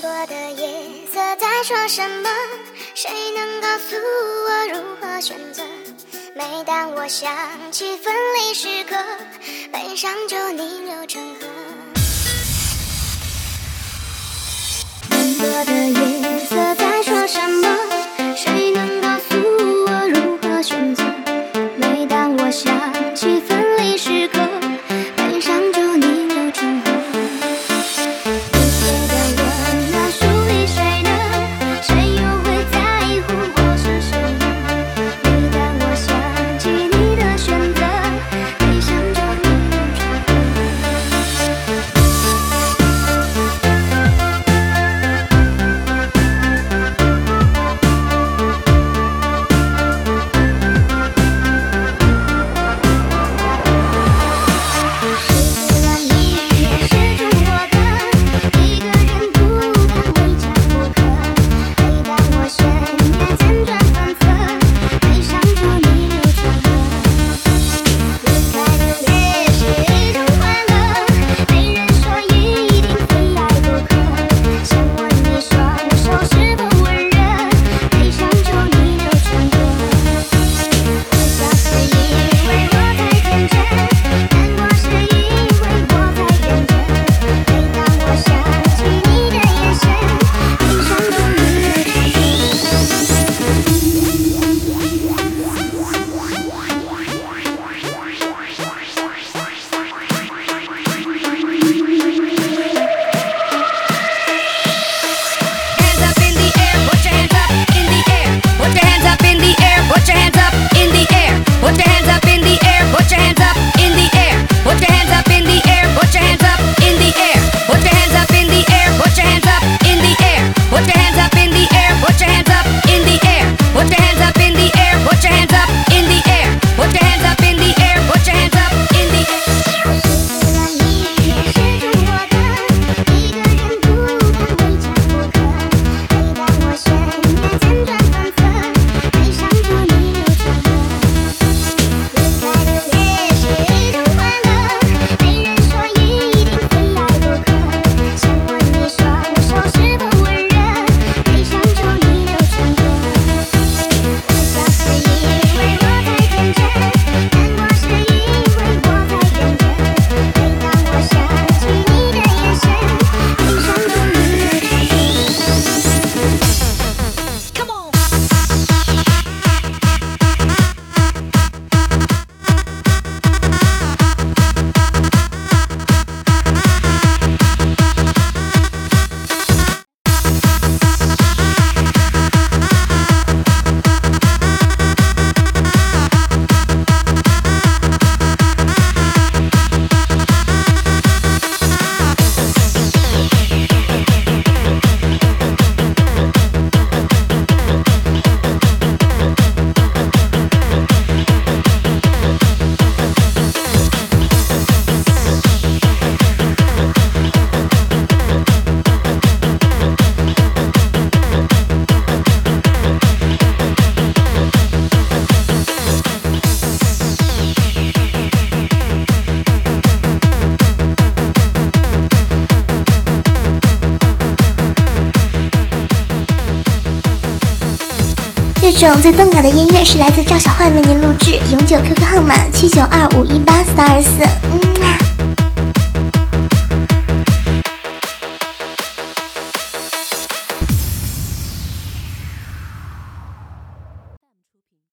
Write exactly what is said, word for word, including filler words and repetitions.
多的夜色在说什么？谁能告诉我如何选择？每当我想起分离时刻，悲伤就逆流成河。很多的夜色在说什么？谁能告诉我如何选择？每当我想起分离时刻，悲伤就逆流成河。 这种最动感的音乐是来自赵小坏为您录制，永久 Q Q 号码七九二五一八四二四。嗯。